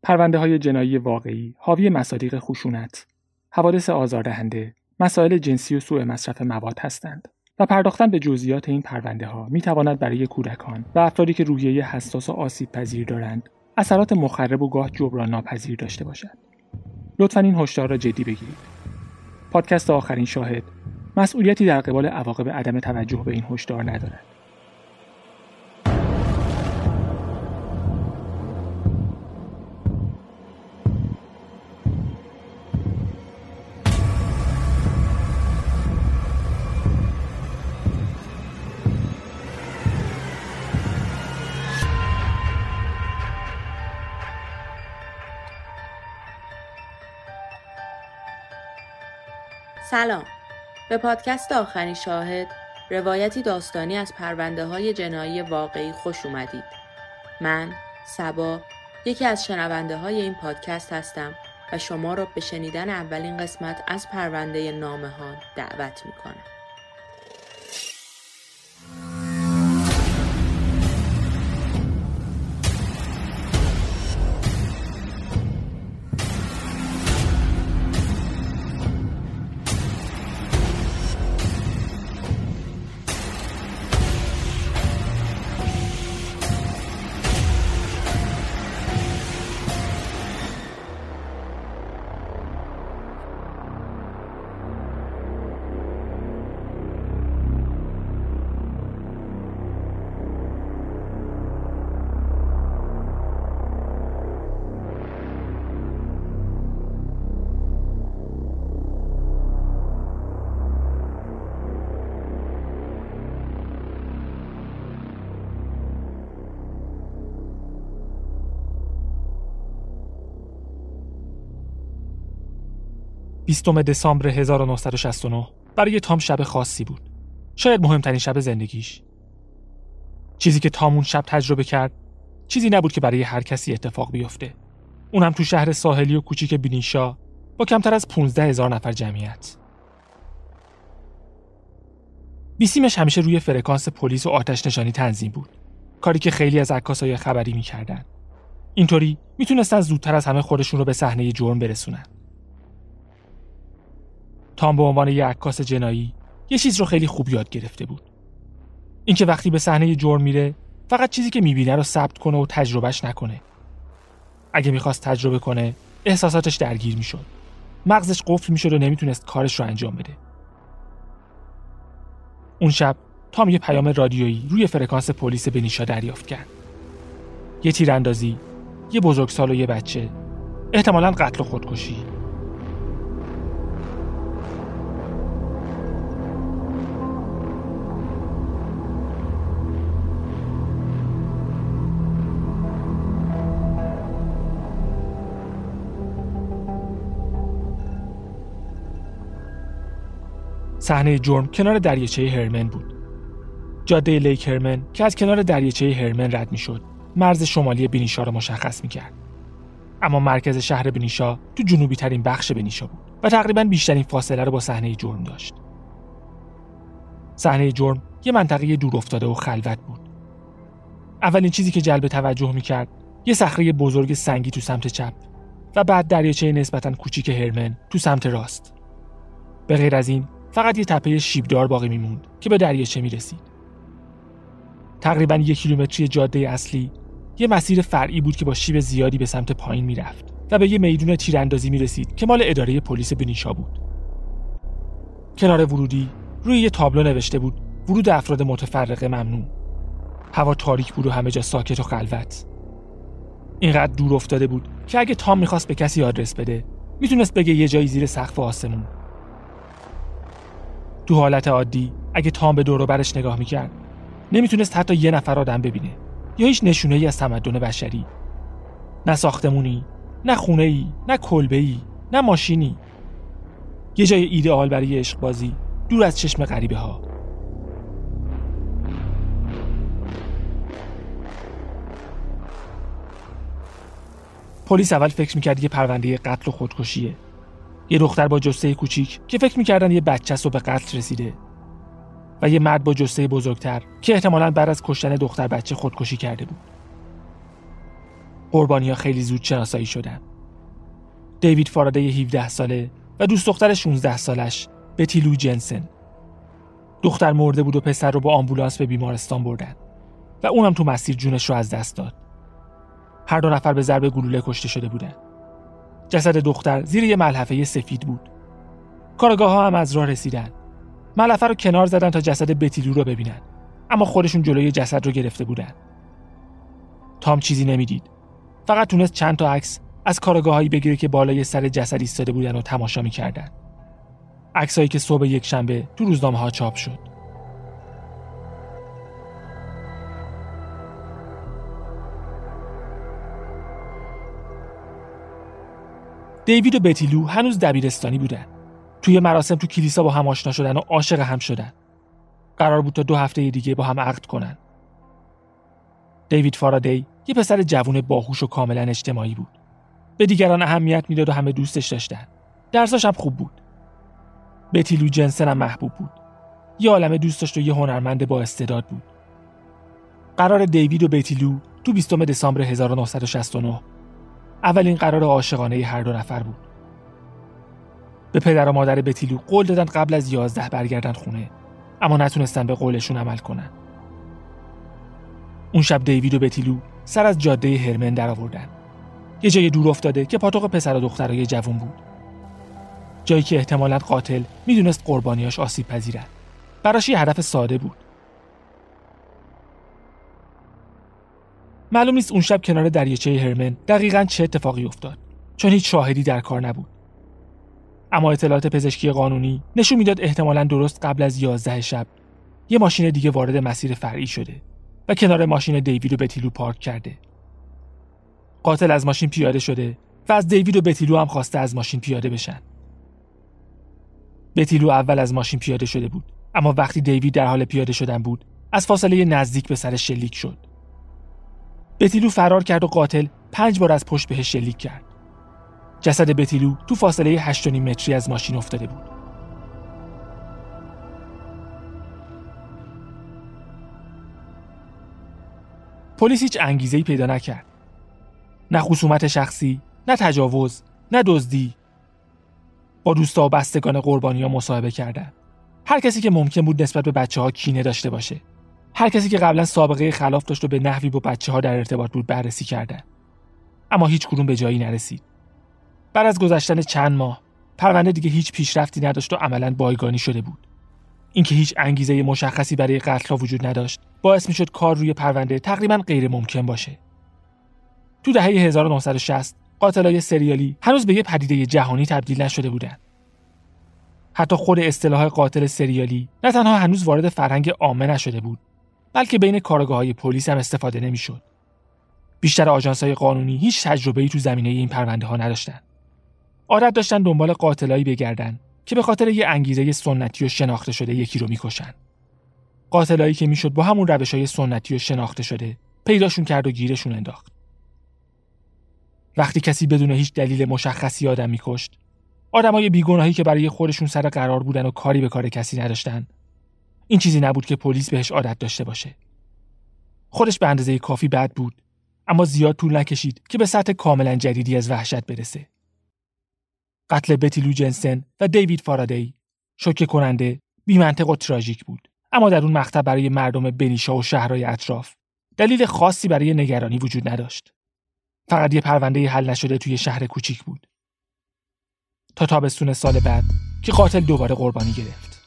پرونده‌های جنایی واقعی حاوی مصادیق خشونت، حوادث آزاردهنده، مسائل جنسی و سوء مصرف مواد هستند و پرداختن به جزئیات این پرونده‌ها می‌تواند برای کودکان و افرادی که روحیه حساس و آسیب‌پذیر دارند اثرات مخرب و گاه جبران ناپذیر داشته باشد. لطفاً این هشدار را جدی بگیرید. پادکست آخرین شاهد مسئولیتی در قبال عواقب عدم توجه به این هشدار ندارد. سلام، به پادکست آخرین شاهد، روایتی داستانی از پرونده‌های جنایی واقعی خوش اومدید. من، صبا، یکی از شنونده‌های این پادکست هستم و شما را به شنیدن اولین قسمت از پرونده نامهان دعوت می‌کنم. دسامبر 1969 برای تام شب خاصی بود. شاید مهمترین شب زندگیش. چیزی که تام اون شب تجربه کرد چیزی نبود که برای هر کسی اتفاق بیفته. اونم تو شهر ساحلی و کوچیک بینیشا با کمتر از 15,000 نفر جمعیت. بیسیمش همیشه روی فرکانس پلیس و آتش نشانی تنظیم بود. کاری که خیلی از عکاسای خبری می‌کردن. اینطوری میتونستن زودتر از همه خودشون رو به صحنه جرم برسونن. تام به عنوان یک عکاس جنایی یه چیز رو خیلی خوب یاد گرفته بود. اینکه وقتی به صحنه جرم میره فقط چیزی که میبینه رو ثبت کنه و تجربهش نکنه. اگه میخواست تجربه کنه احساساتش درگیر میشد. مغزش قفل میشد و نمیتونست کارش رو انجام بده. اون شب تام یه پیام رادیویی روی فرکانس پلیس بنیشا دریافت کرد. یه تیراندازی، یه بزرگسال و یه بچه، احتمالاً قتل و خودکشی. صحنه جرم کنار دریاچه هرمن بود. جاده لیک هرمن که از کنار دریاچه هرمن رد می‌شد، مرز شمالی بنیشا را مشخص می‌کرد. اما مرکز شهر بنیشا تو جنوبی ترین بخش بنیشا بود و تقریباً بیشترین فاصله رو با صحنه جرم داشت. صحنه جرم یه منطقه دور افتاده و خلوت بود. اولین چیزی که جلب توجه می‌کرد، یه صخره بزرگ سنگی تو سمت چپ و بعد دریاچه نسبتاً کوچیک هرمن تو سمت راست. به غیر از این فقط یه تپه شیبدار باقی میموند که به دریاچه میرسید. تقریباً 1 کیلومتری جاده اصلی یه مسیر فرعی بود که با شیب زیادی به سمت پایین میرفت و به یه میدون تیراندازی میرسید که مال اداره پلیس بنیشا بود. کنار ورودی روی یه تابلو نوشته بود ورود افراد متفرقه ممنوع. هوا تاریک بود و همه جا ساکت و خلوت. اینقدر دور افتاده بود که اگه تام میخواست به کسی آدرس بده میتونست بگه یه جایی زیر سقف آسمون. تو حالت عادی اگه تام به دور و برش نگاه میکرد نمیتونست حتی یه نفر آدم ببینه یا هیچ نشونه‌ای از تمدن بشری. نه ساختمونی، نه خونه‌ای، نه کلبه‌ای، نه ماشینی. یه جای ایدئال برای عشق بازی دور از چشم غریبه ها. پلیس اول فکر میکرد یه پرونده قتل و خودکشیه. یه دختر با جثه کوچیک که فکر میکردن یه بچه‌ست و به قتل رسیده و یه مرد با جثه بزرگتر که احتمالاً بعد از کشتن دختر بچه خودکشی کرده بود. قربانی‌ها خیلی زود شناسایی شدند. دیوید فارادی 17 ساله و دوست دختر 16 سالش بتی لو جنسن. دختر مرده بود و پسر رو با آمبولانس به بیمارستان بردن و اونم تو مسیر جونش رو از دست داد. هر دو نفر به ضرب گلوله کشته شده بودن. جسد دختر زیر یه ملحفه سفید بود. کارآگاه‌ها هم از راه رسیدن. ملحفه رو کنار زدن تا جسد بتی لو رو ببینن، اما خودشون جلوی جسد رو گرفته بودن. تام چیزی نمیدید. فقط تونست چند تا عکس از کارآگاهایی بگیره که بالای سر جسد ایستاده بودن و تماشا می‌کردن. عکسایی که صبح یکشنبه تو روزنامه‌ها چاپ شد. دیوید و بتی لو هنوز دبیرستانی بودن. توی مراسم تو کلیسا با هم آشنا شدن و عاشق هم شدن. قرار بود تا 2 هفته دیگه با هم عقد کنن. دیوید فارادی یه پسر جوون باهوش و کاملا اجتماعی بود. به دیگران اهمیت میداد و همه دوستش داشتن. درساش هم خوب بود. بتی لو جنسن هم محبوب بود. یه عالمه دوست داشت و یه هنرمند با استعداد بود. قرار دیوید و بتی لو تو 20 دسامبر 1969 اولین قرار عاشقانه هر دو نفر بود. به پدر و مادر بتی لو قول دادن قبل از 11 برگردن خونه، اما نتونستن به قولشون عمل کنن. اون شب دیوید و بتی لو سر از جاده هرمن در آوردن. یه جای دور افتاده که پاتوق پسر و دخترای جوون بود. جایی که احتمالاً قاتل میدونست قربانیاش آسیب پذیرن. براش یه هدف ساده بود. معلوم نیست اون شب کنار دریاچه هرمن دقیقاً چه اتفاقی افتاد، چون هیچ شاهدی در کار نبود. اما اطلاعات پزشکی قانونی نشون میداد احتمالاً درست قبل از 11 شب یه ماشین دیگه وارد مسیر فرعی شده و کنار ماشین دیوید و بتی لو پارک کرده. قاتل از ماشین پیاده شده و از دیوید و بتی لو هم خواسته از ماشین پیاده بشن. بتی لو اول از ماشین پیاده شده بود، اما وقتی دیوید در حال پیاده شدن بود از فاصله نزدیک به سر شلیک شد. بتی لو فرار کرد و قاتل 5 بار از پشت بهش شلیک کرد. جسد بتی لو تو فاصله 8.5 متری از ماشین افتاده بود. پلیس هیچ انگیزه‌ای پیدا نکرد. نه خصومت شخصی، نه تجاوز، نه دزدی. با دوستا و بستگان قربانی‌ها مصاحبه کردند. هر کسی که ممکن بود نسبت به بچه‌ها کینه داشته باشه. هر کسی که قبلا سابقه خلاف داشت و به نحوی با بچه‌ها در ارتباط بود بررسی کردند. اما هیچ کدوم به جایی نرسید. بعد از گذشتن چند ماه، پرونده دیگه هیچ پیشرفتی نداشت و عملاً بایگانی شده بود. اینکه هیچ انگیزه مشخصی برای قتل‌ها وجود نداشت، باعث می‌شد کار روی پرونده تقریباً غیر ممکن باشه. تو دهه 1960 قاتلای سریالی هنوز به یه پدیده جهانی تبدیل نشده بودند. حتی خود اصطلاح قاتل سریالی نه تنها هنوز وارد فرهنگ عامه نشده بود، بلکه بین کارآگاه‌های پلیس هم استفاده نمی‌شد. بیشتر آژانس‌های قانونی هیچ تجربه‌ای تو زمینه این پرونده‌ها نداشتن. عادت داشتن دنبال قاتلایی بگردن که به خاطر یه انگیزه سنتی و شناخته شده یکی رو می‌کشن. قاتلایی که میشد با همون روش‌های سنتی و شناخته شده پیداشون کرد و گیرشون انداخت. وقتی کسی بدون هیچ دلیل مشخصی آدم می‌کشت، آدمای بیگناهی که برای خودشون سر قرار بودن و کاری به کار کسی نداشتن، این چیزی نبود که پلیس بهش عادت داشته باشه. خودش به اندازه کافی بد بود، اما زیاد طول نکشید که به سطح کاملا جدیدی از وحشت برسه. قتل بتی لو جنسن و دیوید فارادی شوکه کننده، بی‌منطق و تراژیک بود، اما در اون مقطع برای مردم بنیشا و شهرهای اطراف دلیل خاصی برای نگرانی وجود نداشت. فقط یه پرونده حل نشده توی شهر کوچیک بود. تا تابستون سال بعد که قاتل دوباره قربانی گرفت.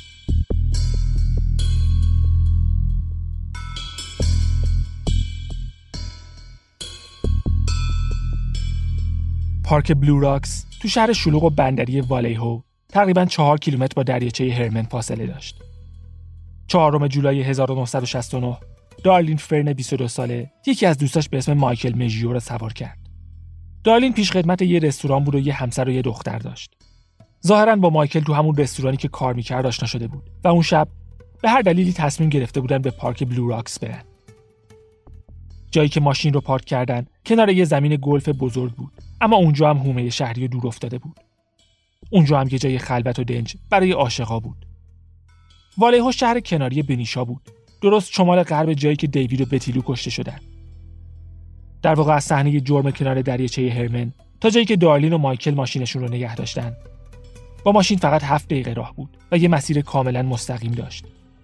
پارک بلو راکس تو شهر شلوغ و بندری والیهو تقریباً 4 کیلومتر با دریاچه هرمن فاصله داشت. 4 جولای 1969 دارلین فرن 22 ساله یکی از دوستاش به اسم مایکل مژیو را سوار کرد. دارلین پیش خدمت یه رستوران بود و یه همسر و یه دختر داشت. ظاهراً با مایکل تو همون رستورانی که کار می‌کرد آشنا شده بود و اون شب به هر دلیلی تصمیم گرفته بودن به پارک بلو راکس برن. جایی که ماشین رو پارک کردن کنار یه زمین گلف بزرگ بود، اما اونجا هم حومه شهری دور افتاده بود. اونجا هم یه جای خلوت و دنج برای عاشقا بود. والیهو شهر کناری بنیشا بود، درست شمال غرب جایی که دیوید و بتی لو کشته شدن. در واقع از صحنه جرم کنار دریاچه هرمن تا جایی که دارلین و مایکل ماشینشون رو نگه داشتن. با ماشین فقط 7 دقیقه راه بود و یه مسیر کاملا مستقیم داشت.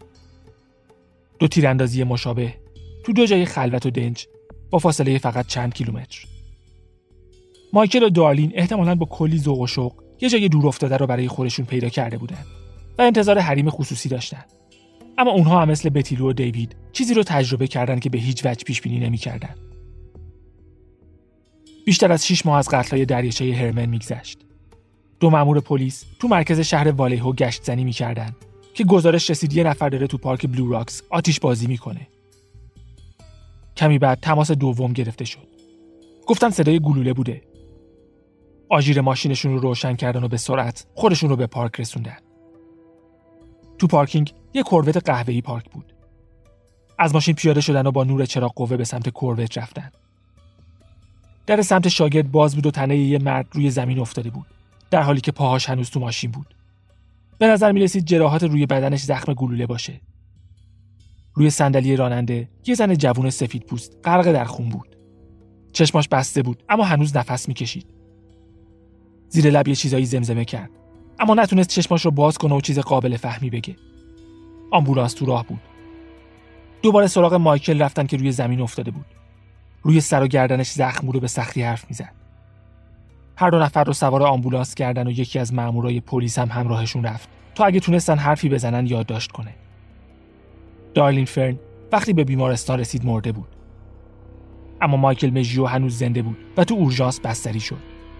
2 تیراندازی مشابه تو 2 جای خلوت و دنج با فاصله فقط چند کیلومتر. مایکل و دارلین احتمالاً با کلی ذوق و شوق یه جای دور افتاده رو برای خودشون پیدا کرده بودن و انتظار حریم خصوصی داشتن. اما اونها هم مثل بتیلو و دیوید چیزی رو تجربه کردن که به هیچ وجه پیش بینی نمی‌کردن. بیشتر از 6 ماه از قتل‌های دریاچه هرمن میگذشت. 2 مأمور پلیس تو مرکز شهر والیهو گشت زنی می‌کردن که گزارش رسید یه نفر داره تو پارک بلو راکس آتش بازی میکنه. کمی بعد تماس دوم گرفته شد. گفتن صدای گلوله بوده. آژیر ماشینشون رو روشن کردن و به سرعت خودشون رو به پارک رسوندن. تو پارکینگ یه کوروت قهوه‌ای پارک بود. از ماشین پیاده شدن و با نور چراغ قوه به سمت کوروت رفتن. در سمت شاگرد باز بود و تنه یه مرد روی زمین افتاده بود، در حالی که پاهاش هنوز تو ماشین بود. به نظر می‌رسید جراحات روی بدنش زخم گلوله باشه. روی صندلی راننده یه زن جوون سفید پوست غرق در خون بود. چشماش بسته بود اما هنوز نفس می‌کشید. زیر لب یه چیزایی زمزمه کرد اما نتونست چشماش رو باز کنه و چیز قابل فهمی بگه. آمبولانس تو راه بود. دوباره سراغ مایکل رفتن که روی زمین افتاده بود. روی سر و گردنش زخم بود و به سختی حرف میزد. هر 2 نفر رو سوار آمبولانس کردن و یکی از مامورای پلیس هم همراهشون رفت تا اگه تونستن حرفی بزنن یادداشت کنه. دارلین فرن وقتی به بیمارستان رسید مرده بود. اما مایکل مژیو هنوز زنده بود و تو اورژانس بستری شد.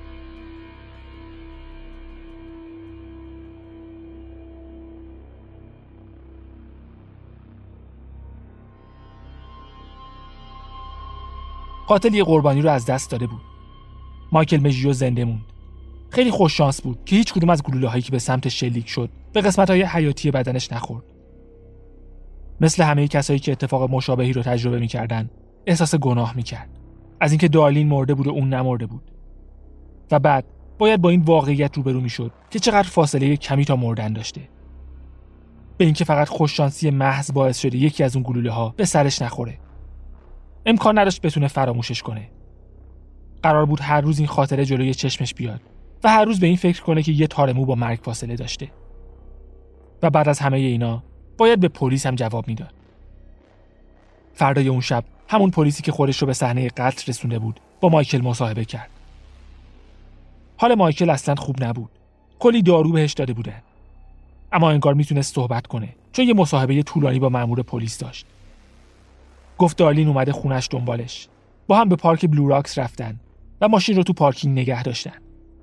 قاتل یه قربانی رو از دست داده بود. مایکل مژیو زنده موند. خیلی خوش شانس بود که هیچ کدوم از گلوله‌هایی که به سمتش شلیک شد به قسمت‌های حیاتی بدنش نخورد. مثل همه کسایی که اتفاق مشابهی رو تجربه می‌کردن، احساس گناه می‌کرد. از اینکه دارلین مرده بود و اون نمرده بود. و بعد باید با این واقعیت روبرو می‌شد که چقدر فاصله کمی تا مردن داشته. به اینکه فقط خوش شانسی محض باعث شده یکی از اون گلوله‌ها به سرش نخوره. امکان نداشت بتونه فراموشش کنه. قرار بود هر روز این خاطره جلوی چشمش بیاد و هر روز به این فکر کنه که یه تار مو با مرگ فاصله داشته. و بعد از همه اینا باید به پلیس هم جواب میداد. فردای اون شب همون پلیسی که خودش رو به صحنه قتل رسونده بود با مایکل مصاحبه کرد. حال مایکل اصلا خوب نبود. کلی دارو بهش داده بودن. اما انگار میتونست صحبت کنه چون یه مصاحبه طولانی با مأمور پلیس داشت. گفت دارلین اومده خونش دنبالش. با هم به پارک بلو راکس رفتن و ماشین رو تو پارکینگ نگه داشتن.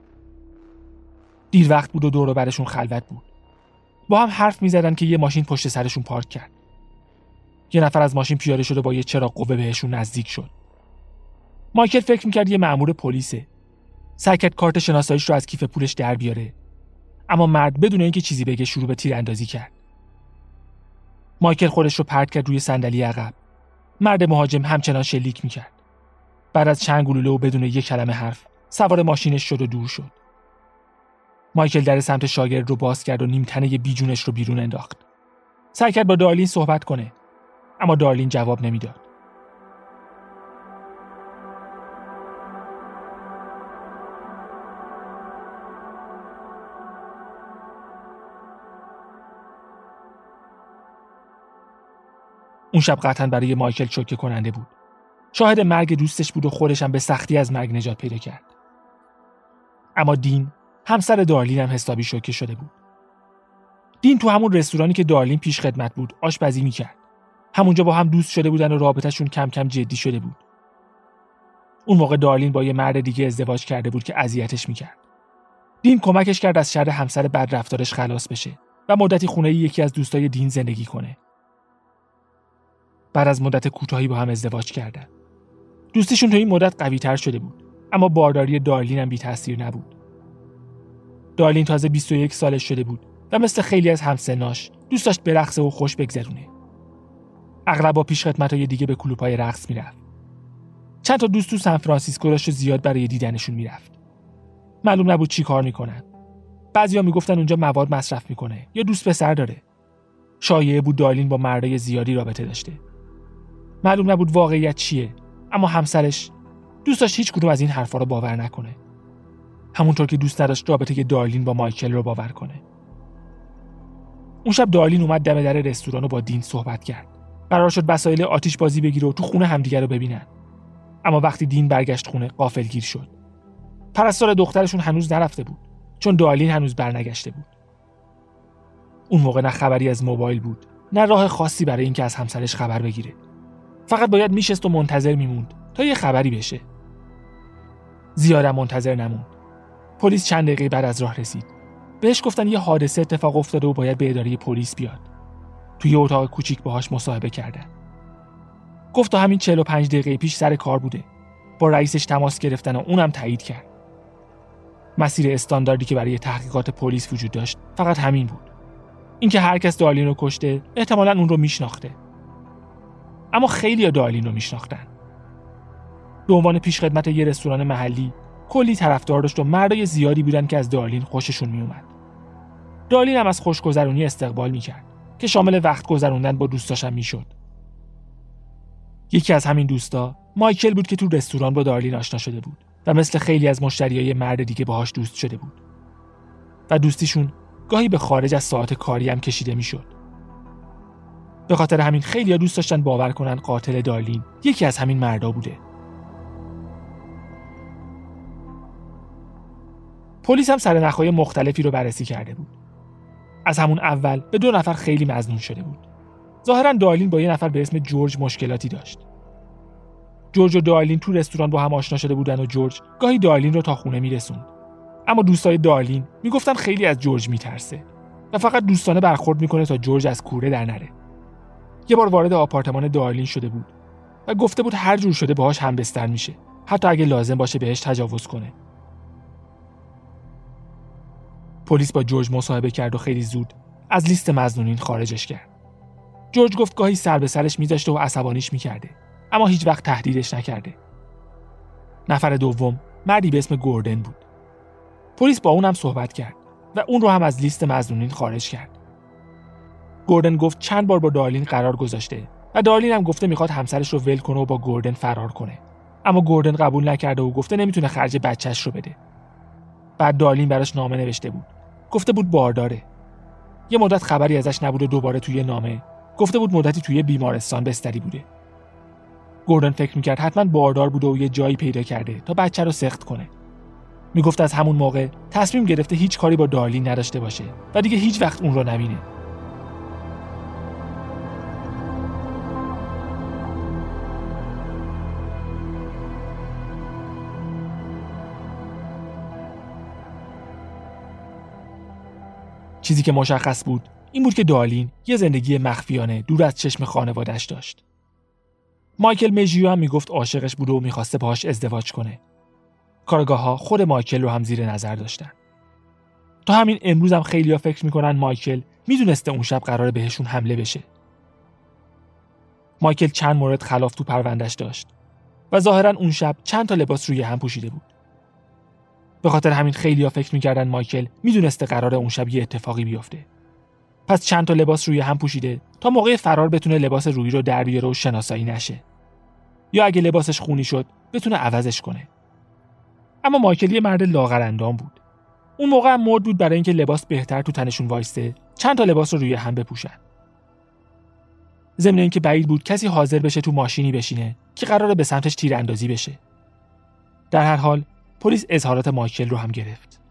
دیر وقت بود و دور و برشون خلوت بود. با هم حرف می‌زدن که یه ماشین پشت سرشون پارک کرد. یه نفر از ماشین پیاده شد و با یه چراغ قوه بهشون نزدیک شد. مایکل فکر می‌کرد یه مأمور پلیسه. سعی کرد کارت شناساییش رو از کیف پولش در بیاره. اما مرد بدون اینکه چیزی بگه شروع به تیراندازی کرد. مایکل خودش رو پرت کرد روی صندلی عقب. مرد مهاجم همچنان شلیک می‌کرد. بعد از چند گلوله و بدون یک کلمه حرف سوار ماشینش شد و دور شد. مایکل در سمت شاگرد رو باز کرد و نیمتنه بیجونش رو بیرون انداخت. سعی کرد با دارلین صحبت کنه اما دارلین جواب نمیداد. اون شب قطعاً برای مایکل شوکه کننده بود. شاهد مرگ دوستش بود و خودش هم به سختی از مرگ نجات پیدا کرد. اما دین همسر دارلین هم حسابی شوکه شده بود. دین تو همون رستورانی که دارلین پیش خدمت بود آشپزی میکرد. همونجا با هم دوست شده بودن و رابطه‌شون کم کم جدی شده بود. اون موقع دارلین با یه مرد دیگه ازدواج کرده بود که اذیتش میکرد. دین کمکش کرد از شر همسر بد رفتارش خلاص بشه و مدتی خونه یکی از دوستای دین زندگی کنه. بعد از مدت کوتاهی با هم ازدواج کردن. دوستیشون تو این مدت قوی‌تر شده بود، اما بارداری دارلین هم بی تاثیر نبود. دارلین تازه 21 سالش شده بود و مثل خیلی از همسناش دوست داشت برقصه و خوش بگذرونه. اغلب با پیشخدمتای دیگه به کلوب‌های رقص میرفت. چند تا دوست تو سان فرانسیسکو داشت و زیاد برای دیدنشون میرفت. معلوم نبود چی کار میکنن. بعضیا میگفتن اونجا مواد مصرف میکنه یا دوست پسر داره. شایعه بود دارلین با مردای زیادی رابطه داشته. معلوم نبود واقعیت چیه، اما همسرش دوست داشت هیچ کدوم از این حرفا رو باور نکنه. همونطور که دوست نداشت رابطه دارلین با مایکل رو باور کنه. اون شب دارلین اومد دم در رستوران و با دین صحبت کرد. قرار شد وسایل آتش بازی بگیره و تو خونه همدیگه رو ببینن. اما وقتی دین برگشت خونه غافلگیر شد. پرستار دخترشون هنوز نرفته بود، چون دارلین هنوز برنگشته بود. اون موقع نه خبری از موبایل بود، نه راه خاصی برای اینکه از همسرش خبر بگیره. فقط باید میشست و منتظر میموند تا یه خبری بشه. زیادم منتظر نموند. پلیس چند دقیقه بعد از راه رسید. بهش گفتن یه حادثه اتفاق افتاده و باید به اداره پلیس بیاد. توی اتاق کوچیک باهاش مصاحبه کردن. گفت تا همین 45 دقیقه پیش سر کار بوده. با رئیسش تماس گرفتن و اونم تایید کرد. مسیر استانداردی که برای تحقیقات پلیس وجود داشت فقط همین بود. اینکه هر کس دارلین رو کشته احتمالاً اون رو میشناخته. اما خیلی‌ها دارلین رو میشناختن. به عنوان پیشخدمت یه رستوران محلی کلی طرفدار داشت و مردای زیادی بودن که از دارلین خوششون میومد. دارلین هم از خوشگذرونی استقبال میکرد که شامل وقت گذروندن با دوستاشم میشد. یکی از همین دوستا مایکل بود که تو رستوران با دارلین آشنا شده بود و مثل خیلی از مشتریای مرد دیگه باهاش دوست شده بود. و دوستیشون گاهی به خارج از ساعت کاری هم کشیده میشد. به خاطر همین خیلی‌ها دوست داشتن باور کنن قاتل دارلین یکی از همین مردا بوده. پلیس هم سرنخ‌های مختلفی رو بررسی کرده بود. از همون اول به 2 نفر خیلی مظنون شده بود. ظاهراً دارلین با یه نفر به اسم جورج مشکلاتی داشت. جورج و دارلین تو رستوران با هم آشنا شده بودن و جورج گاهی دارلین رو تا خونه میرسوند. اما دوستای دارلین میگفتن خیلی از جورج میترسه و فقط دوستانه برخورد میکنه تا جورج از کوره در نره. یه بار وارد آپارتمان دارلین شده بود و گفته بود هر جور شده باهاش همبستر میشه، حتی اگه لازم باشه بهش تجاوز کنه. پلیس با جورج مصاحبه کرد و خیلی زود از لیست مظنونین خارجش کرد. جورج گفت گاهی سر به سرش میذاشته و عصبانیش میکرده، اما هیچ وقت تهدیدش نکرده. نفر دوم مردی به اسم گوردن بود. پلیس با اونم صحبت کرد و اون رو هم از لیست مظنونین خارج کرد. گوردن گفت چند بار با دارلین قرار گذاشته و دارلین هم گفته میخواد همسرش رو ول کنه و با گوردن فرار کنه. اما گوردن قبول نکرده و گفته نمیتونه خرج بچهش رو بده. بعد دارلین براش نامه نوشته بود. گفته بود بارداره. یه مدت خبری ازش نبود و دوباره توی نامه گفته بود مدتی توی بیمارستان بستری بوده. گوردن فکر میکرد حتما باردار بوده و یه جایی پیدا کرده تا بچه رو سخت کنه. میگفت از همون موقع تصمیم گرفته هیچ کاری با دارلین نداشته باشه و دیگه هیچ وقت اون رو نبینه. چیزی که مشخص بود این بود که دارلین یه زندگی مخفیانه دور از چشم خانواده‌اش داشت. مایکل مژیو هم میگفت عاشقش بوده و میخواسته باهاش ازدواج کنه. کارگاه‌ها خود مایکل رو هم زیر نظر داشتن. تا همین امروز هم خیلی‌ها فکر میکنن مایکل میدونسته اون شب قراره بهشون حمله بشه. مایکل چند مورد خلاف تو پروندهش داشت و ظاهراً اون شب چند تا لباس روی هم پوشیده بود. به خاطر همین خیلی‌ها فکر میکردن مایکل میدونسته قراره اون شب یه اتفاقی بیفته. پس چند تا لباس روی هم پوشیده تا موقع فرار بتونه لباس روی رو در بیاره و شناسایی نشه. یا اگه لباسش خونی شد بتونه عوضش کنه. اما مایکل یه مرد لاغرندام بود. اون موقع هم مرد بود برای اینکه لباس بهتر تو تنشون وایسته چند تا لباس رو روی هم بپوشن. ضمن اینکه بعید بود کسی حاضر بشه تو ماشینی بشینه که قراره به سمتش تیراندازی بشه. در هر حال پلیس اظهارات مایکل رو هم گرفت.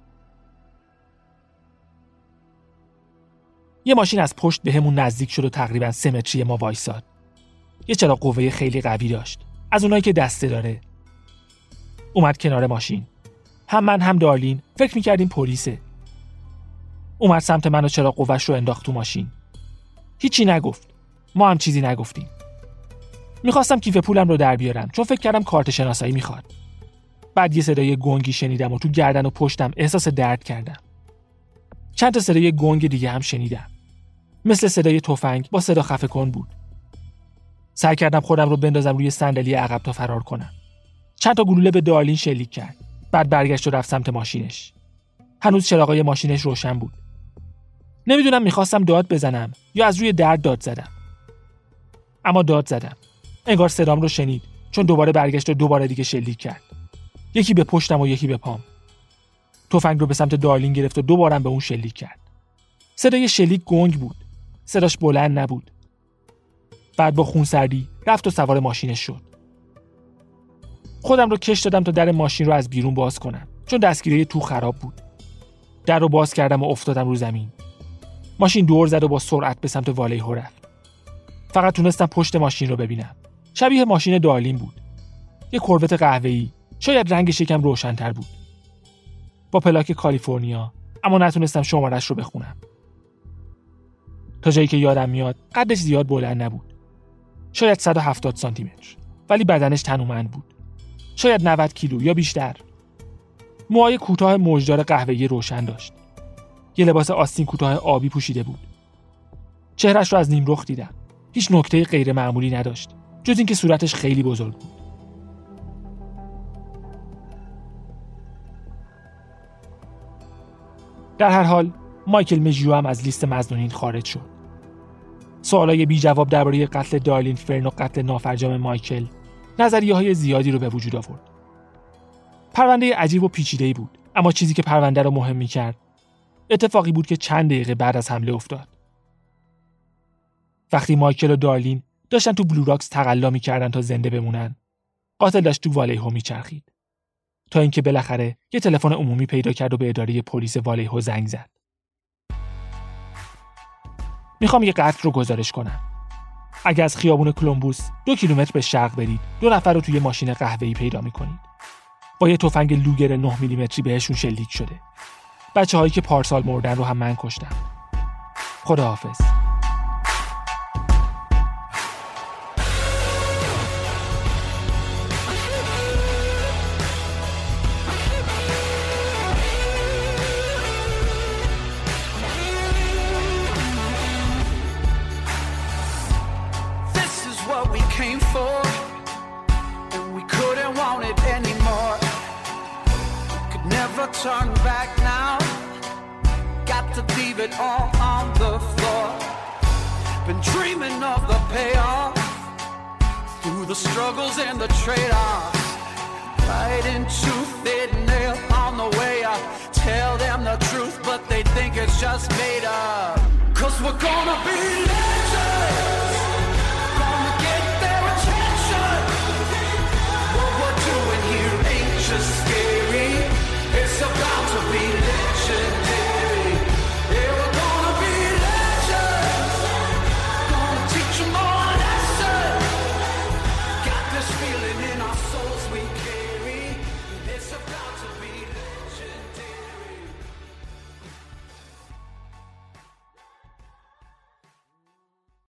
یه ماشین از پشت بهمون نزدیک شد و تقریباً 3 متری ما وایساد. یه چراغ قوه خیلی قوی داشت، از اونایی که دسته داره. اومد کنار ماشین. هم من هم دارلین فکر می‌کردیم پلیسه. اومد سمت من و چراغ قوه‌اش رو انداخت تو ماشین. هیچی نگفت. ما هم چیزی نگفتیم. می‌خواستم کیف پولم رو در بیارم چون فکر کردم کارت شناسایی می‌خواد. بعد یه صدای گنگی شنیدم و تو گردن و پشتم احساس درد کردم. چند تا صدای گنگ دیگه هم شنیدم. مثل صدای تفنگ با صدا خفه کن بود. سعی کردم خودم رو بندازم روی صندلی عقب تا فرار کنم. چند تا گلوله به دارلین شلیک کرد. بعد برگشت و رفت سمت ماشینش. هنوز چراغای ماشینش روشن بود. نمیدونم میخواستم داد بزنم یا از روی درد داد زدم. اما داد زدم. انگار صدام رو شنید چون دوباره برگشت و دوباره دیگه شلیک کرد. یکی به پشتم و یکی به پام. تفنگ رو به سمت دارلین گرفت و دوباره به اون شلیک کرد. صدای شلیک گنگ بود. صداش بلند نبود. بعد با خونسردی رفت و سوار ماشینش شد. خودم رو کش دادم تا در ماشین رو از بیرون باز کنم، چون دستگیره تو خراب بود. در رو باز کردم و افتادم رو زمین. ماشین دور زد و با سرعت به سمت والیهو رفت. فقط تونستم پشت ماشین رو ببینم. شبیه ماشین دارلین بود. یه کروت قهوه‌ای، شاید رنگش یکم روشن‌تر بود. با پلاک کالیفرنیا، اما نتونستم شمارش رو بخونم. تا جایی که یادم میاد قدش زیاد بلند نبود. شاید 170 سانتی متر، ولی بدنش تنومند بود. شاید 90 کیلو یا بیشتر. موهای کوتاه موجدار قهوه‌ای روشن داشت. یه لباس آستین کوتاه آبی پوشیده بود. چهرهش رو از نیم رخ دیدم. هیچ نکته غیر معمولی نداشت، جز اینکه صورتش خیلی بزرگ بود. در هر حال مایکل مژیو هم از لیست مظنونین خارج شد. سوالای بی جواب درباره قتل دارلین فرن و قتل نافرجام مایکل نظریه‌های زیادی رو به وجود آورد. پرونده عجیب و پیچیده‌ای بود، اما چیزی که پرونده رو مهم می‌کرد اتفاقی بود که چند دقیقه بعد از حمله افتاد. وقتی مایکل و دارلین داشتن تو بلو راکس تقلا می‌کردن تا زنده بمونن، قاتل داشت تو والیهو میچرخید. تا اینکه بالاخره یه تلفن عمومی پیدا کرد و به اداره پلیس والیهو زنگ زد. میخوام یه قتل رو گزارش کنم. اگه از خیابون کلمبوس 2 کیلومتر به شرق برید، 2 نفر رو توی ماشین قهوه‌ای پیدا میکنید. با یه تفنگ لوگر 9 میلیمتری بهشون شلیک شده. بچه‌هایی که پارسال مردن رو هم من کشتم. خداحافظ. Came for, and we couldn't want it anymore. Could never turn back now. Got to leave it all on the floor. Been dreaming of the payoff, through the struggles and the trade-offs. Fighting tooth and nail on the way up. Tell them the truth, but they think it's just made up. 'Cause we're gonna be legends.